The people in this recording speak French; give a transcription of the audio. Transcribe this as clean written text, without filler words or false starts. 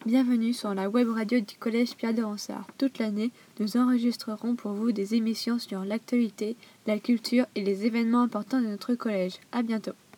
Bienvenue sur la web radio du Collège Pierre de Ronsard. Toute l'année, nous enregistrerons pour vous des émissions sur l'actualité, la culture et les événements importants de notre collège. À bientôt.